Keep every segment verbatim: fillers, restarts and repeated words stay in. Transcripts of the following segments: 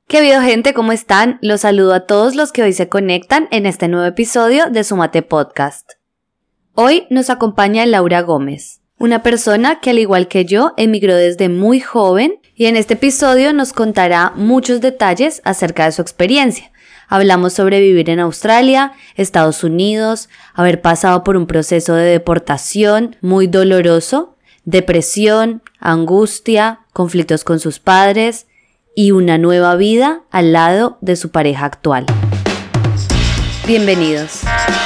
¿Qué ha habido, gente? ¿Cómo están? Los saludo a todos los que hoy se conectan en este nuevo episodio de Súmate Podcast. Hoy nos acompaña Laura Gómez, una persona que al igual que yo emigró desde muy joven y en este episodio nos contará muchos detalles acerca de su experiencia. Hablamos sobre vivir en Australia, Estados Unidos, haber pasado por un proceso de deportación muy doloroso, depresión, angustia, conflictos con sus padres y una nueva vida al lado de su pareja actual. Bienvenidos.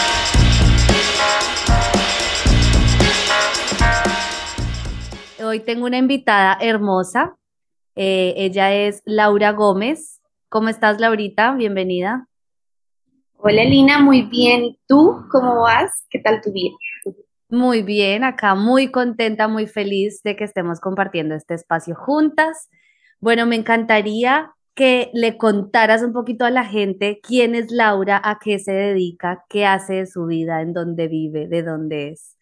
Hoy tengo una invitada hermosa. Eh, ella es Laura Gómez. ¿Cómo estás, Laurita? Bienvenida. Hola, Lina, muy bien. ¿Y tú? ¿Cómo vas? ¿Qué tal tu día? Muy bien, acá muy contenta, muy feliz de que estemos compartiendo este espacio juntas. Bueno, me encantaría que le contaras un poquito a la gente quién es Laura, a qué se dedica, qué hace de su vida, en dónde vive, de dónde es.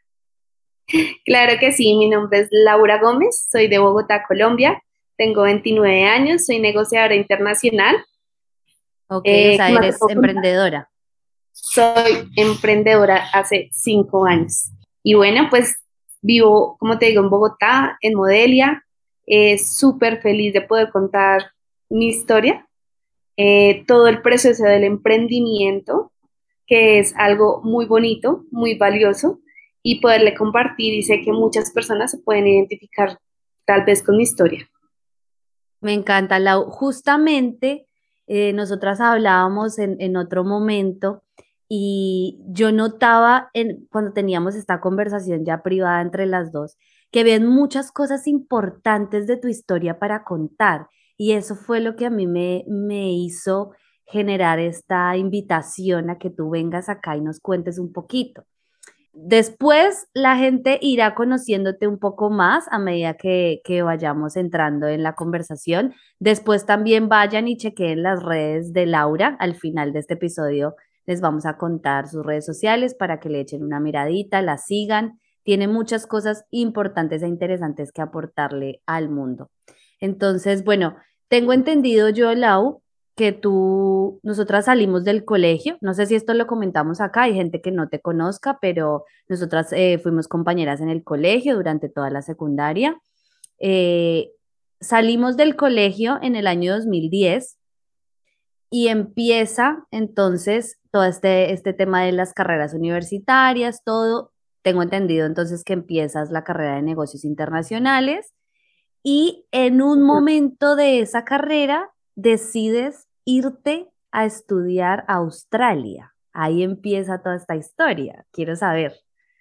Claro que sí, mi nombre es Laura Gómez, soy de Bogotá, Colombia, tengo veintinueve años, soy negociadora internacional. Ok, o Eh, sea, ¿qué más te eres puedo contar? emprendedora. Soy emprendedora hace cinco años. Y bueno, pues vivo, como te digo, en Bogotá, en Modelia. Eh, súper feliz de poder contar mi historia, eh, todo el proceso del emprendimiento, que es algo muy bonito, muy valioso, y poderle compartir, y sé que muchas personas se pueden identificar tal vez con mi historia. Me encanta, Lau. Justamente eh, nosotras hablábamos en, en otro momento y yo notaba en, cuando teníamos esta conversación ya privada entre las dos, que había muchas cosas importantes de tu historia para contar y eso fue lo que a mí me, me hizo generar esta invitación a que tú vengas acá y nos cuentes un poquito. Después la gente irá conociéndote un poco más a medida que, que vayamos entrando en la conversación. Después también vayan y chequeen las redes de Laura. Al final de este episodio les vamos a contar sus redes sociales para que le echen una miradita, la sigan. Tiene muchas cosas importantes e interesantes que aportarle al mundo. Entonces, bueno, tengo entendido yo, Lau, que tú, nosotras salimos del colegio, no sé si esto lo comentamos acá, hay gente que no te conozca, pero nosotras eh, fuimos compañeras en el colegio durante toda la secundaria. Eh, Salimos del colegio en el año dos mil diez y empieza entonces todo este, este tema de las carreras universitarias, todo. Tengo entendido entonces que empiezas la carrera de negocios internacionales y en un momento de esa carrera decides irte a estudiar a Australia. Ahí empieza toda esta historia. Quiero saber.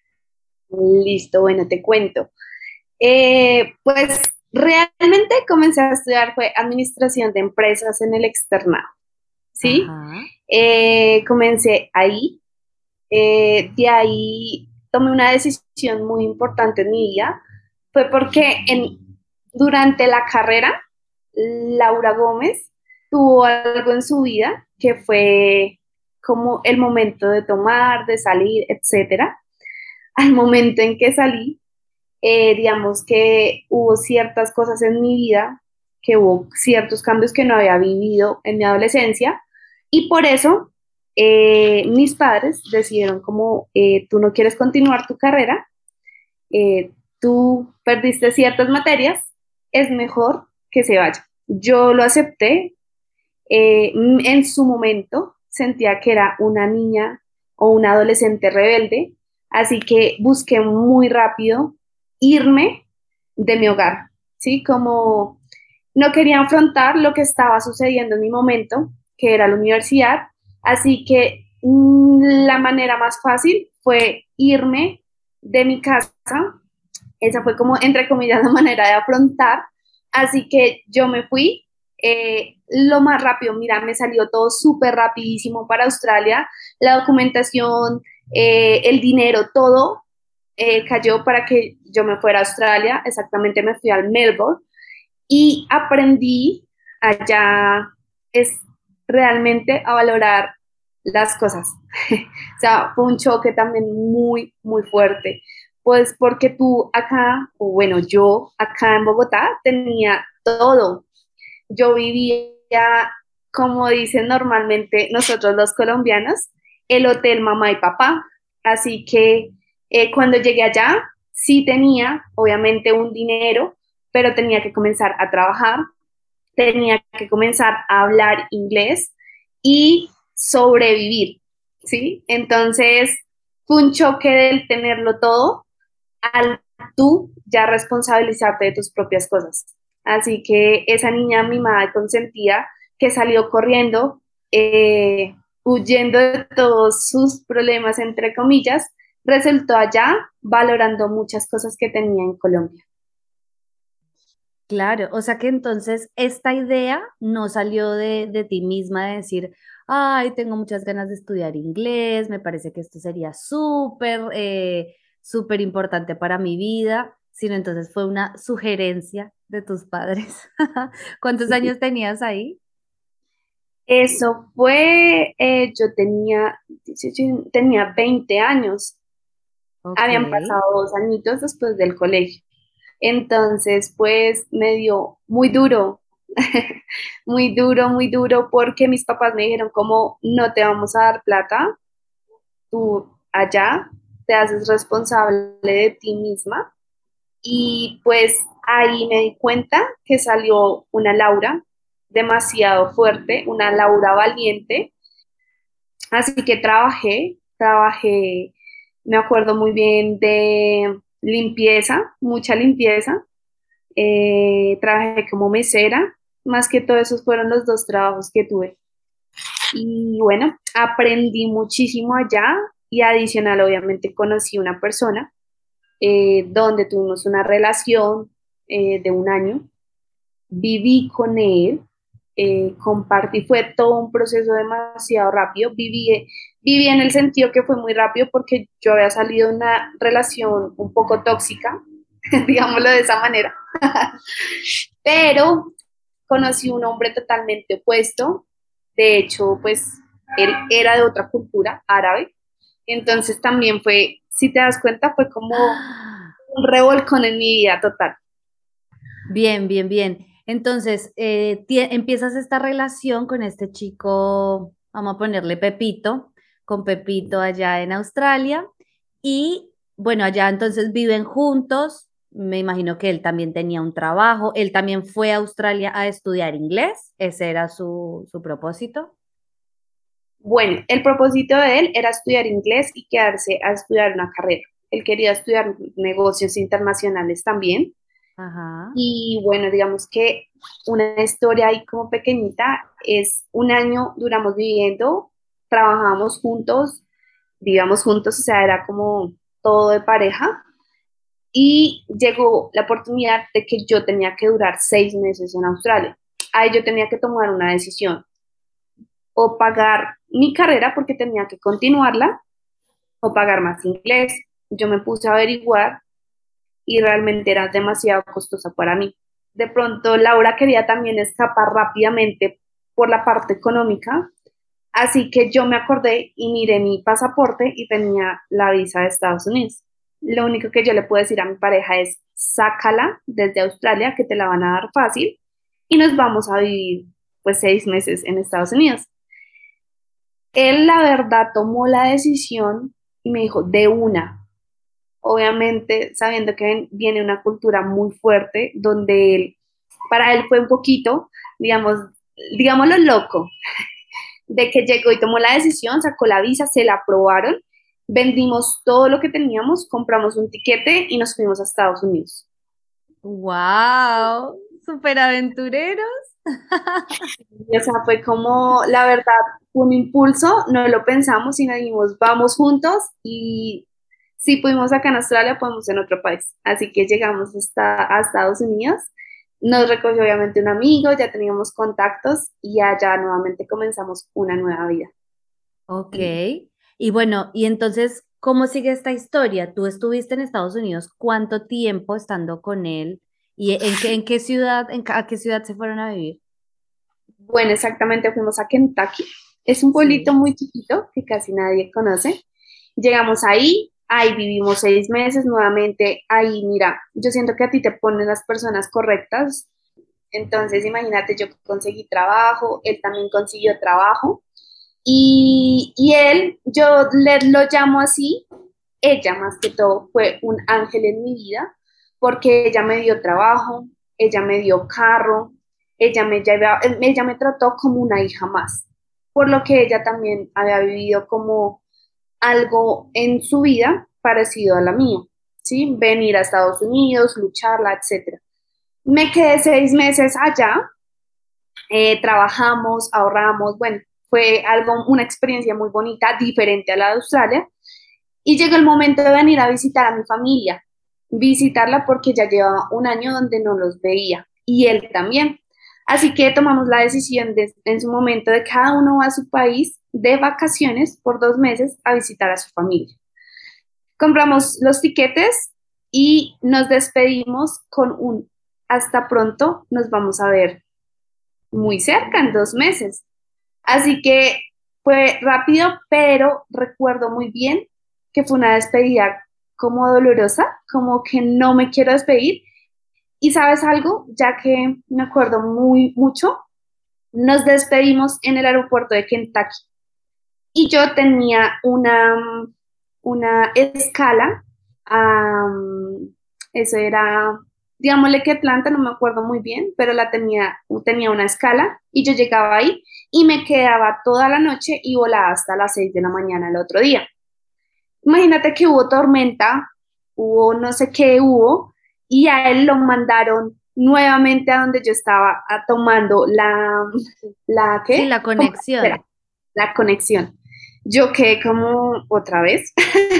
Listo, bueno, te cuento. Eh, pues realmente comencé a estudiar fue administración de empresas en el externado, ¿sí? Ajá. Eh, comencé ahí. Eh, de ahí tomé una decisión muy importante en mi vida. Fue porque en, durante la carrera, Laura Gómez tuvo algo en su vida que fue como el momento de tomar, de salir, etcétera. Al momento en que salí, eh, digamos que hubo ciertas cosas en mi vida, que hubo ciertos cambios que no había vivido en mi adolescencia, y por eso eh, mis padres decidieron como eh, tú no quieres continuar tu carrera, eh, tú perdiste ciertas materias, es mejor que se vaya. Yo lo acepté. Eh, en su momento sentía que era una niña o una adolescente rebelde, así que busqué muy rápido irme de mi hogar, ¿sí? Como no quería afrontar lo que estaba sucediendo en mi momento, que era la universidad, así que mm, la manera más fácil fue irme de mi casa. Esa fue como, entre comillas, la manera de afrontar. Así que yo me fui eh, lo más rápido. Mira, me salió todo súper rapidísimo para Australia. La documentación, eh, el dinero, todo eh, cayó para que yo me fuera a Australia. Exactamente, me fui al Melbourne y aprendí allá es realmente a valorar las cosas. O sea, fue un choque también muy, muy fuerte. Pues porque tú acá, o bueno, yo acá en Bogotá tenía todo. Yo vivía como dicen normalmente nosotros los colombianos, el hotel mamá y papá. Así que eh, cuando llegué allá, sí tenía obviamente un dinero, pero tenía que comenzar a trabajar, tenía que comenzar a hablar inglés y sobrevivir, ¿sí? Entonces fue un choque del tenerlo todo al tú ya responsabilizarte de tus propias cosas. Así que esa niña mimada y consentida que salió corriendo, eh, huyendo de todos sus problemas, entre comillas, resultó allá valorando muchas cosas que tenía en Colombia. Claro, o sea que entonces esta idea no salió de, de ti misma de decir, ay, tengo muchas ganas de estudiar inglés, me parece que esto sería súper, eh, súper importante para mi vida, sino entonces fue una sugerencia de tus padres. ¿Cuántos años tenías ahí? Eso fue, eh, yo tenía, dieciocho, tenía veinte años, Ok. habían pasado dos añitos después del colegio. Entonces, pues me dio muy duro, muy duro, muy duro, porque mis papás me dijeron como no te vamos a dar plata, tú allá te haces responsable de ti misma. Y pues ahí me di cuenta que salió una Laura demasiado fuerte, una Laura valiente. Así que trabajé, trabajé, me acuerdo muy bien de limpieza, mucha limpieza. Eh, trabajé como mesera, más que todo esos fueron los dos trabajos que tuve. Y bueno, aprendí muchísimo allá y adicional, obviamente, conocí una persona eh, donde tuvimos una relación eh, de un año, viví con él, eh, compartí, fue todo un proceso demasiado rápido, viví, viví en el sentido que fue muy rápido porque yo había salido de una relación un poco tóxica, digámoslo de esa manera, pero conocí un hombre totalmente opuesto. De hecho, pues él era de otra cultura, árabe. Entonces también fue, si te das cuenta, fue como un revolcón en mi vida total. Bien, bien, bien. Entonces, eh, tie- empiezas esta relación con este chico, vamos a ponerle Pepito, con Pepito allá en Australia. Y bueno, allá entonces viven juntos. Me imagino que él también tenía un trabajo. Él también fue a Australia a estudiar inglés. Ese era su, su propósito. Bueno, el propósito de él era estudiar inglés y quedarse a estudiar una carrera. Él quería estudiar negocios internacionales también. Ajá. Y bueno, digamos que una historia ahí como pequeñita es un año duramos viviendo, trabajamos juntos, vivíamos juntos, o sea, era como todo de pareja. Y llegó la oportunidad de que yo tenía que durar seis meses en Australia. Ahí yo tenía que tomar una decisión, o pagar mi carrera porque tenía que continuarla, o pagar más inglés. Yo me puse a averiguar y realmente era demasiado costosa para mí. De pronto Laura quería también escapar rápidamente por la parte económica, así que yo me acordé y miré mi pasaporte y tenía la visa de Estados Unidos. Lo único que yo le puedo decir a mi pareja es, sácala desde Australia, que te la van a dar fácil, y nos vamos a vivir pues seis meses en Estados Unidos. Él, la verdad, tomó la decisión y me dijo, de una, obviamente sabiendo que ven- viene una cultura muy fuerte, donde él, para él fue un poquito, digamos, digámoslo loco, de que llegó y tomó la decisión, sacó la visa, se la aprobaron, vendimos todo lo que teníamos, compramos un tiquete y nos fuimos a Estados Unidos. ¡Wow! ¡Súper aventureros! Y, o sea, fue como, la verdad, fue un impulso, no lo pensamos y nos dijimos, vamos juntos y si pudimos acá en Australia, podemos en otro país. Así que llegamos hasta a Estados Unidos, nos recogió obviamente un amigo, ya teníamos contactos y allá nuevamente comenzamos una nueva vida. Ok. Y bueno, y entonces, ¿cómo sigue esta historia? Tú estuviste en Estados Unidos, ¿cuánto tiempo estando con él? ¿Y en qué, en qué ciudad, en ca- a qué ciudad se fueron a vivir? Bueno, exactamente, fuimos a Kentucky. Es un pueblito Sí. muy chiquito que casi nadie conoce. Llegamos ahí, ahí vivimos seis meses nuevamente. Ahí, mira, yo siento que a ti te ponen las personas correctas. Entonces, imagínate, yo conseguí trabajo, él también consiguió trabajo y, y él, yo le, lo llamo así, ella más que todo fue un ángel en mi vida porque ella me dio trabajo, ella me dio carro, ella me, lleva, ella me trató como una hija más, por lo que ella también había vivido como algo en su vida parecido a la mía, ¿sí? Venir a Estados Unidos, lucharla, etcétera. Me quedé seis meses allá, eh, trabajamos, ahorramos, bueno, fue algo, una experiencia muy bonita, diferente a la de Australia, y llegó el momento de venir a visitar a mi familia, visitarla porque ya llevaba un año donde no los veía, y él también. Así que tomamos la decisión de, en su momento de cada uno va a su país de vacaciones por dos meses a visitar a su familia. Compramos los tiquetes y nos despedimos con un hasta pronto, nos vamos a ver muy cerca, en dos meses. Así que fue rápido, pero recuerdo muy bien que fue una despedida como dolorosa, como que no me quiero despedir. Y sabes algo, ya que me acuerdo muy mucho, nos despedimos en el aeropuerto de Kentucky y yo tenía una, una escala, um, eso era, digámosle que Atlanta, no me acuerdo muy bien, pero la tenía, tenía una escala y yo llegaba ahí y me quedaba toda la noche y volaba hasta las seis de la mañana el otro día. Imagínate que hubo tormenta, hubo no sé qué hubo, y a él lo mandaron nuevamente a donde yo estaba a, tomando la, la, Sí, ¿qué? la Como era, conexión. la conexión. Yo quedé como otra vez.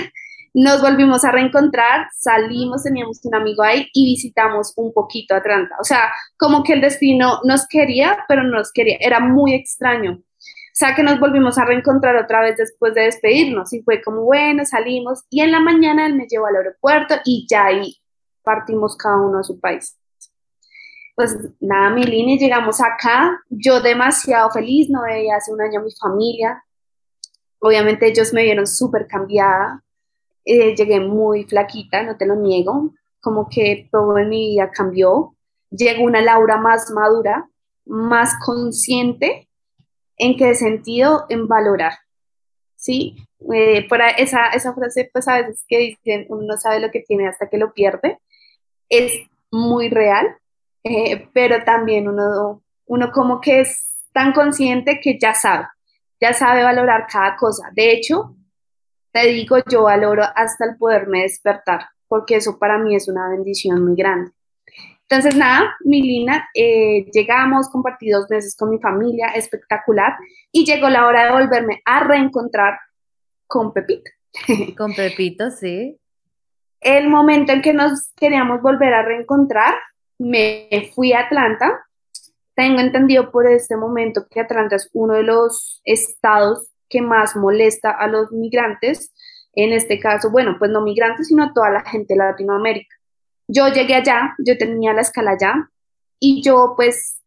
Nos volvimos a reencontrar, salimos, teníamos un amigo ahí y visitamos un poquito Atlanta. O sea, como que el destino nos quería, pero no nos quería. Era muy extraño. O sea, que nos volvimos a reencontrar otra vez después de despedirnos y fue como, bueno, salimos y en la mañana él me llevó al aeropuerto y ya ahí partimos cada uno a su país. Pues nada, mi línea, llegamos acá, yo demasiado feliz, no veía hace un año a mi familia, obviamente ellos me vieron súper cambiada, eh, llegué muy flaquita, no te lo niego, como que todo en mi vida cambió, llegó una Laura más madura, más consciente, ¿en qué sentido? En valorar, ¿sí? Eh, para esa, esa frase, pues a veces que dicen, uno no sabe lo que tiene hasta que lo pierde, es muy real, eh, pero también uno, uno como que es tan consciente que ya sabe, ya sabe valorar cada cosa. De hecho, te digo, yo valoro hasta el poderme despertar, porque eso para mí es una bendición muy grande. Entonces, nada, Milina, eh, llegamos, compartí dos meses con mi familia, espectacular, y llegó la hora de volverme a reencontrar con Pepita. Con Pepito, sí. El momento en que nos queríamos volver a reencontrar, me fui a Atlanta. Tengo entendido por este momento que Atlanta es uno de los estados que más molesta a los migrantes. En este caso, bueno, pues no migrantes, sino a toda la gente de Latinoamérica. Yo llegué allá, yo tenía la escala allá y yo pues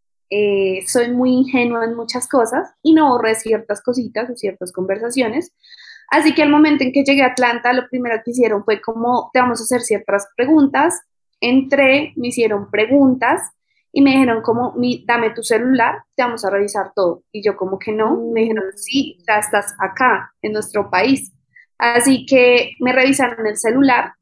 eh, soy muy ingenua en muchas cosas y no borré ciertas cositas o ciertas conversaciones. Así que al momento en que llegué a Atlanta, lo primero que hicieron fue como, te vamos a hacer ciertas preguntas. Entré, me hicieron preguntas y me dijeron como, "Mi- dame tu celular, te vamos a revisar todo". Y yo como que no, me Uh, dijeron, sí, ya estás acá, en nuestro país. Así que me revisaron el celular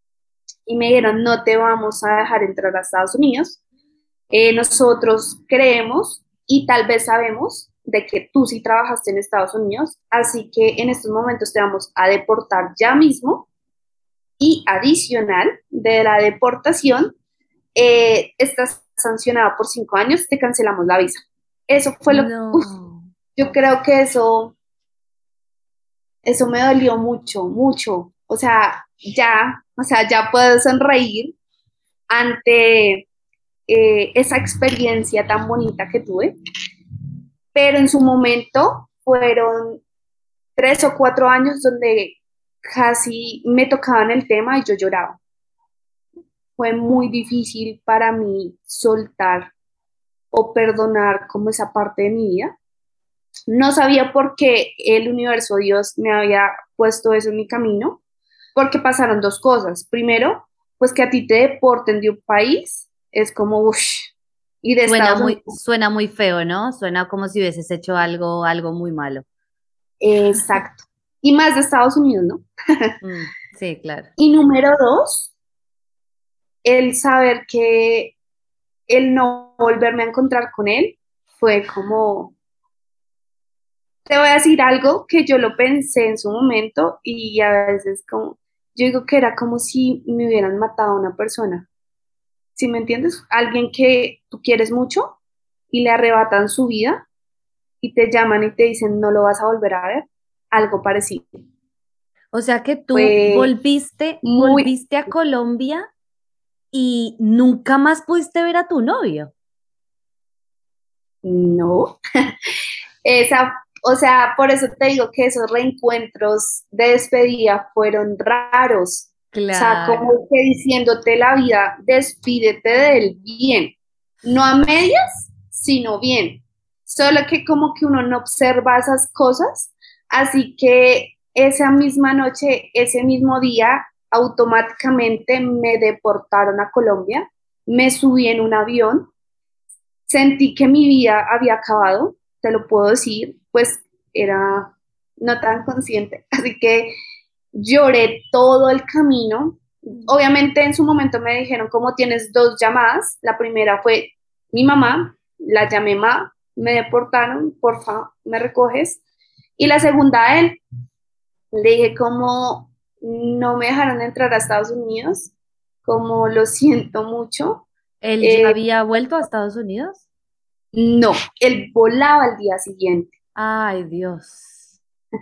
y me dijeron, no te vamos a dejar entrar a Estados Unidos. Eh, nosotros creemos y tal vez sabemos de que tú sí trabajaste en Estados Unidos, así que en estos momentos te vamos a deportar ya mismo y adicional de la deportación, eh, estás sancionado por cinco años, te cancelamos la visa. Eso fue lo, uf, no. yo creo que eso, eso me dolió mucho, mucho. O sea, ya, o sea, ya puedo sonreír ante eh, esa experiencia tan bonita que tuve, pero en su momento fueron tres o cuatro años donde casi me tocaban el tema y yo lloraba. Fue muy difícil para mí soltar o perdonar como esa parte de mi vida. No sabía por qué el universo Dios me había puesto eso en mi camino, porque pasaron dos cosas. Primero, pues que a ti te deporten de un país es como, uff, y de Suena Estados muy, Unidos. suena muy feo, ¿no? Suena como si hubieses hecho algo, algo muy malo. Exacto. Y más de Estados Unidos, ¿no? Mm, sí, claro. Y número dos, el saber que el no volverme a encontrar con él fue como, te voy a decir algo que yo lo pensé en su momento y a veces como, yo digo que era como si me hubieran matado a una persona. ¿Sí me entiendes? Alguien que tú quieres mucho y le arrebatan su vida y te llaman y te dicen no lo vas a volver a ver. Algo parecido. O sea que tú Fue volviste, muy, volviste a Colombia y nunca más pudiste ver a tu novio. no. Esa, o sea, por eso te digo que esos reencuentros de despedida fueron raros. O sea, Claro. como que diciéndote la vida, despídete del bien. No a medias, sino bien. Solo que como que uno no observa esas cosas. Así que esa misma noche, ese mismo día, automáticamente me deportaron a Colombia. Me subí en un avión. Sentí que mi vida había acabado, te lo puedo decir, pues era no tan consciente, así que lloré todo el camino. Obviamente en su momento me dijeron como tienes dos llamadas, la primera fue mi mamá, la llamé ma, me deportaron, porfa, me recoges, y la segunda a él, le dije como no me dejaron entrar a Estados Unidos, como lo siento mucho. ¿Él ya Eh, había vuelto a Estados Unidos? no, él volaba al día siguiente. Ay, Dios.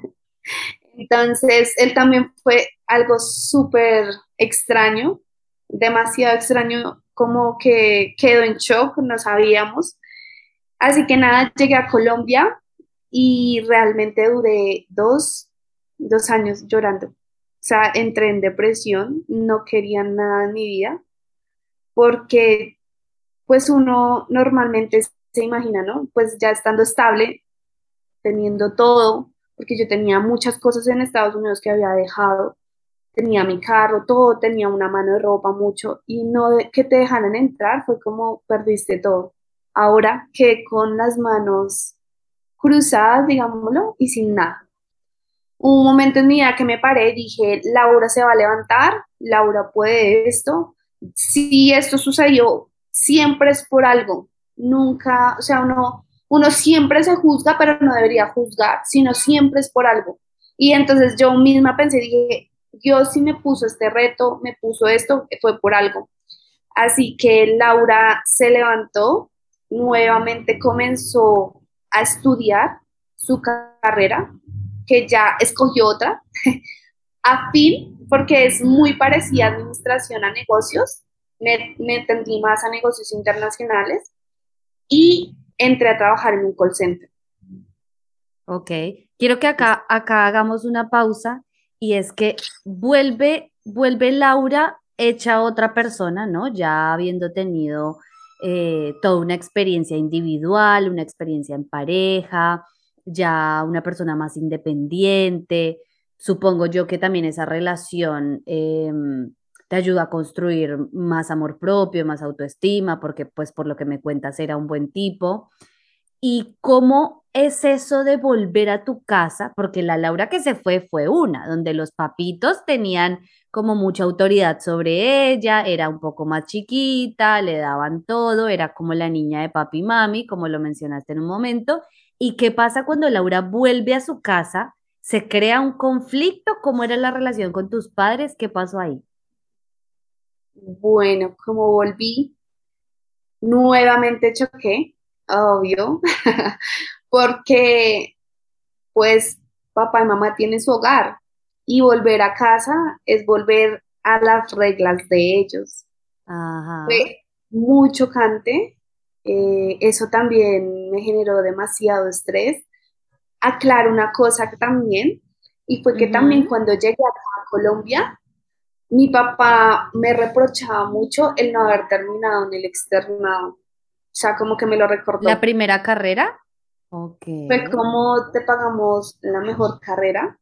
Entonces, él también fue algo súper extraño, demasiado extraño, como que quedó en shock, no sabíamos. Así que nada, llegué a Colombia y realmente duré dos, dos años llorando. O sea, entré en depresión, no quería nada en mi vida, porque pues uno normalmente se imagina, ¿no? Pues ya estando estable, teniendo todo, porque yo tenía muchas cosas en Estados Unidos que había dejado, tenía mi carro, todo, tenía una mano de ropa, mucho, y no de- que te dejaran entrar fue como perdiste todo. Ahora que con las manos cruzadas, digámoslo, y sin nada. Hubo un momento en mi vida que me paré y dije, Laura se va a levantar, Laura puede esto. Si esto sucedió, siempre es por algo. Nunca, o sea, uno, uno siempre se juzga, pero no debería juzgar, sino siempre es por algo. Y entonces yo misma pensé, dije, Dios si me puso este reto, me puso esto, fue por algo. Así que Laura se levantó, nuevamente comenzó a estudiar su carrera, que ya escogió otra, afín, porque es muy parecida a administración a negocios, me, me entendí más a negocios internacionales y entré a trabajar en un call center. Ok. Quiero que acá, acá hagamos una pausa y es que vuelve, vuelve Laura hecha otra persona, ¿no? Ya habiendo tenido eh, toda una experiencia individual, una experiencia en pareja, ya una persona más independiente. Supongo yo que también esa relación em, te ayuda a construir más amor propio, más autoestima, porque pues por lo que me cuentas era un buen tipo. ¿Y cómo es eso de volver a tu casa? Porque la Laura que se fue fue una, donde los papitos tenían como mucha autoridad sobre ella, era un poco más chiquita, le daban todo, era como la niña de papi y mami, como lo mencionaste en un momento. ¿Y qué pasa cuando Laura vuelve a su casa? ¿Se crea un conflicto? ¿Cómo era la relación con tus padres? ¿Qué pasó ahí? Bueno, como volví, nuevamente choqué, obvio, porque pues papá y mamá tienen su hogar y volver a casa es volver a las reglas de ellos. Ajá. Fue muy chocante, eh, eso también me generó demasiado estrés. Aclaro una cosa que también, y fue que también Ujú. cuando llegué acá a Colombia, mi papá me reprochaba mucho el no haber terminado en el externado, o sea, como que me lo ¿La recordó. primera carrera? Ok. Fue como te pagamos la mejor carrera,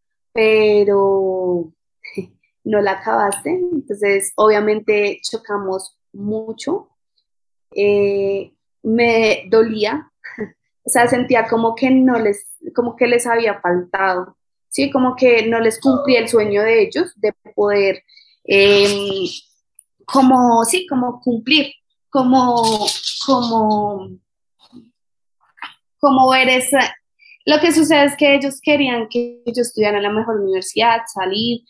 pero no la acabaste. Entonces, obviamente chocamos mucho. eh, me dolía, o sea, sentía como que no les, como que les había faltado, ¿sí? Como que no les cumplía el sueño de ellos de poder, eh, como, sí, como cumplir, como, como, como ver esa. Lo que sucede es que ellos querían que yo estudiara en la mejor universidad, salir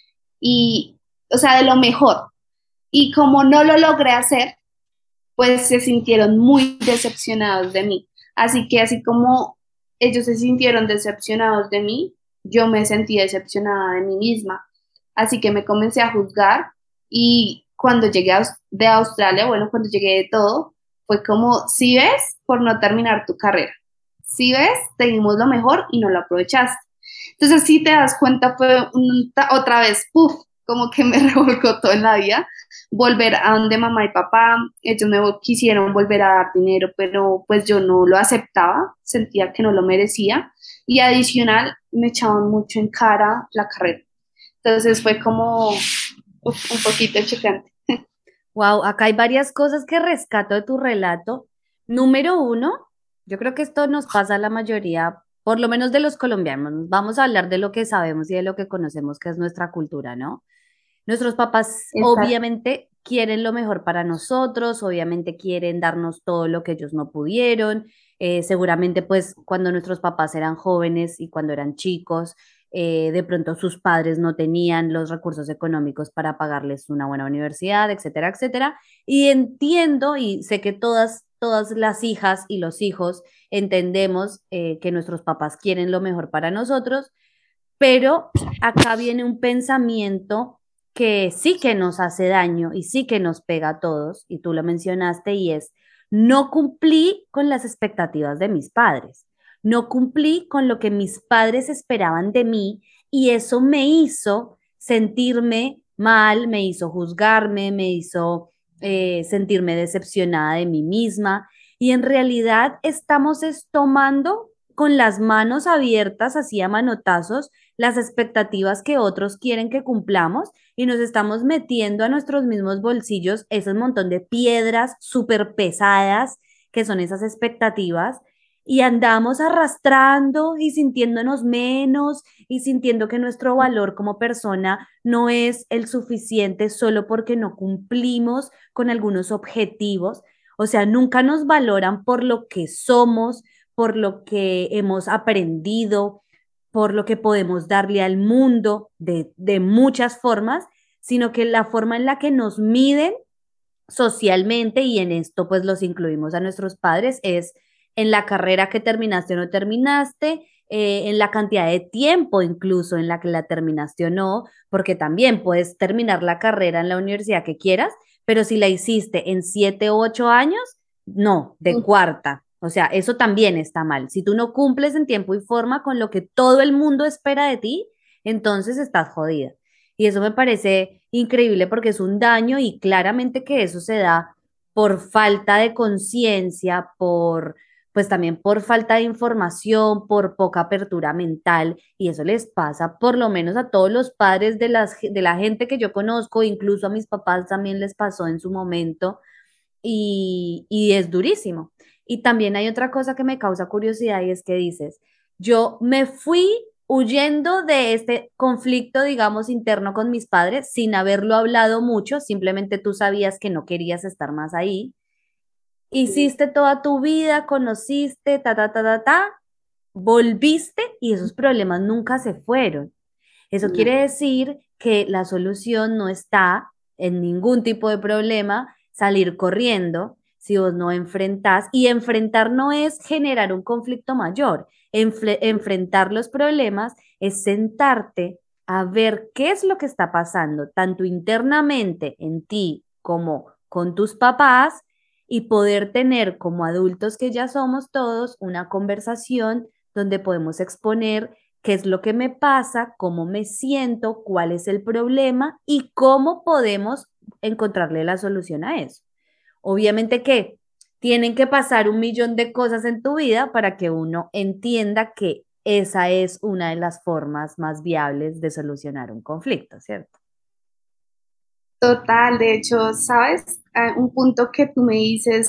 y, o sea, de lo mejor. Y como no lo logré hacer, pues se sintieron muy decepcionados de mí. Así que así como ellos se sintieron decepcionados de mí, yo me sentí decepcionada de mí misma. Así que me comencé a juzgar y cuando llegué a Aus- de Australia, bueno, cuando llegué de todo, fue como, si ves, por no terminar tu carrera. Si ves, te dimos lo mejor y no lo aprovechaste. Entonces, si te das cuenta, fue un- ta- otra vez, puff, como que me revolcó todo en la vida volver a donde mamá y papá, ellos me vol- quisieron volver a dar dinero, pero pues yo no lo aceptaba, sentía que no lo merecía y adicional me echaban mucho en cara la carrera. Entonces fue como uf, un poquito chocante. Wow, acá hay varias cosas que rescato de tu relato. Número uno, yo creo que esto nos pasa a la mayoría, por lo menos de los colombianos. Vamos a hablar de lo que sabemos y de lo que conocemos, que es nuestra cultura, ¿no? Nuestros papás Exacto. obviamente quieren lo mejor para nosotros, obviamente quieren darnos todo lo que ellos no pudieron. Eh, seguramente pues cuando nuestros papás eran jóvenes y cuando eran chicos, eh, de pronto sus padres no tenían los recursos económicos para pagarles una buena universidad, etcétera, etcétera. Y entiendo y sé que todas, todas las hijas y los hijos entendemos eh, que nuestros papás quieren lo mejor para nosotros, pero acá viene un pensamiento que sí que nos hace daño y sí que nos pega a todos, y tú lo mencionaste, y es, no cumplí con las expectativas de mis padres, no cumplí con lo que mis padres esperaban de mí, y eso me hizo sentirme mal, me hizo juzgarme, me hizo eh, sentirme decepcionada de mí misma, y en realidad estamos es tomando con las manos abiertas, así a manotazos, las expectativas que otros quieren que cumplamos y nos estamos metiendo a nuestros mismos bolsillos ese montón de piedras súper pesadas que son esas expectativas y andamos arrastrando y sintiéndonos menos y sintiendo que nuestro valor como persona no es el suficiente solo porque no cumplimos con algunos objetivos. O sea, nunca nos valoran por lo que somos, por lo que hemos aprendido, por lo que podemos darle al mundo de, de muchas formas, sino que la forma en la que nos miden socialmente, y en esto pues los incluimos a nuestros padres, es en la carrera que terminaste o no terminaste, eh, en la cantidad de tiempo incluso en la que la terminaste o no, porque también puedes terminar la carrera en la universidad que quieras, pero si la hiciste en siete u ocho años, no, de cuarta. O sea, eso también está mal. Si tú no cumples en tiempo y forma con lo que todo el mundo espera de ti, entonces estás jodida. Y eso me parece increíble porque es un daño y claramente que eso se da por falta de conciencia, por, pues también por falta de información, por poca apertura mental. Y eso les pasa por lo menos a todos los padres de, las, de la gente que yo conozco, incluso a mis papás también les pasó en su momento y, y es durísimo. Y también hay otra cosa que me causa curiosidad y es que dices, yo me fui huyendo de este conflicto, digamos, interno con mis padres sin haberlo hablado mucho, simplemente tú sabías que no querías estar más ahí. Sí. Hiciste toda tu vida, conociste, ta, ta, ta, ta, ta, volviste y esos problemas nunca se fueron. Eso No. quiere decir que la solución no está en ningún tipo de problema salir corriendo si vos no enfrentás. Y enfrentar no es generar un conflicto mayor. Enfre- enfrentar los problemas es sentarte a ver qué es lo que está pasando, tanto internamente en ti como con tus papás, y poder tener como adultos que ya somos todos una conversación donde podemos exponer qué es lo que me pasa, cómo me siento, cuál es el problema y cómo podemos encontrarle la solución a eso. Obviamente que tienen que pasar un millón de cosas en tu vida para que uno entienda que esa es una de las formas más viables de solucionar un conflicto, ¿cierto? Total, de hecho, ¿sabes? Ah, un punto que tú me dices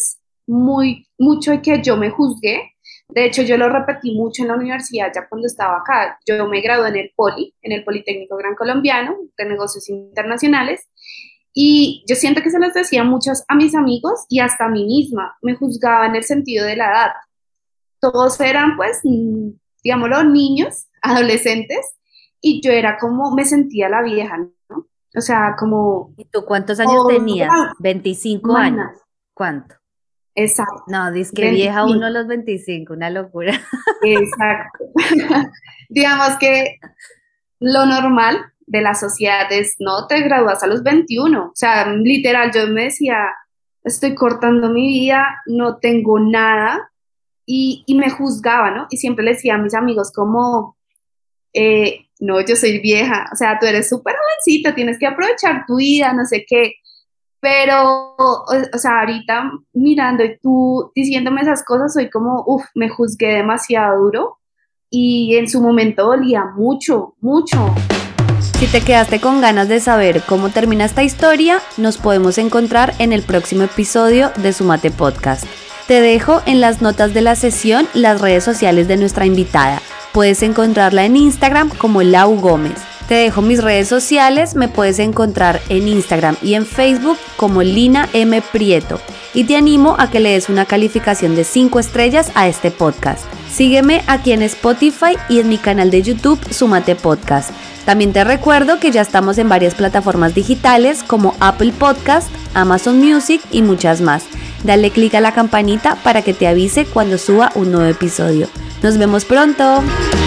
muy, mucho de que yo me juzgué. De hecho, yo lo repetí mucho en la universidad ya cuando estaba acá. Yo me gradué en el Poli, en el Politécnico Gran Colombiano de Negocios Internacionales, y yo siento que se los decía muchos a mis amigos y hasta a mí misma. Me juzgaba en el sentido de la edad. Todos eran, pues, mm, digámoslo, niños, adolescentes, y yo era como, me sentía la vieja, ¿no? O sea, como... ¿Y tú cuántos años oh, tenías? veinticinco años. ¿Cuánto? Exacto. No, dice que vieja uno a los veinticinco, una locura. Exacto. Digamos que lo normal de la sociedad es, no, te gradúas a los veintiuno. O sea, literal, yo me decía, estoy cortando mi vida, no tengo nada, y, y me juzgaba, ¿no? Y siempre le decía a mis amigos como, eh, no, yo soy vieja, o sea, tú eres súper jovencita, tienes que aprovechar tu vida, no sé qué. Pero, o, o sea, ahorita mirando y tú diciéndome esas cosas, soy como, uff, me juzgué demasiado duro y en su momento dolía mucho, mucho. Si te quedaste con ganas de saber cómo termina esta historia, nos podemos encontrar en el próximo episodio de Súmate Podcast. Te dejo en las notas de la sesión las redes sociales de nuestra invitada. Puedes encontrarla en Instagram como Lau Gómez. Te dejo mis redes sociales, me puedes encontrar en Instagram y en Facebook como Lina M. Prieto, y te animo a que le des una calificación de cinco estrellas a este podcast. Sígueme aquí en Spotify y en mi canal de YouTube Súmate Podcast. También te recuerdo que ya estamos en varias plataformas digitales como Apple Podcast, Amazon Music y muchas más. Dale click a la campanita para que te avise cuando suba un nuevo episodio. Nos vemos pronto.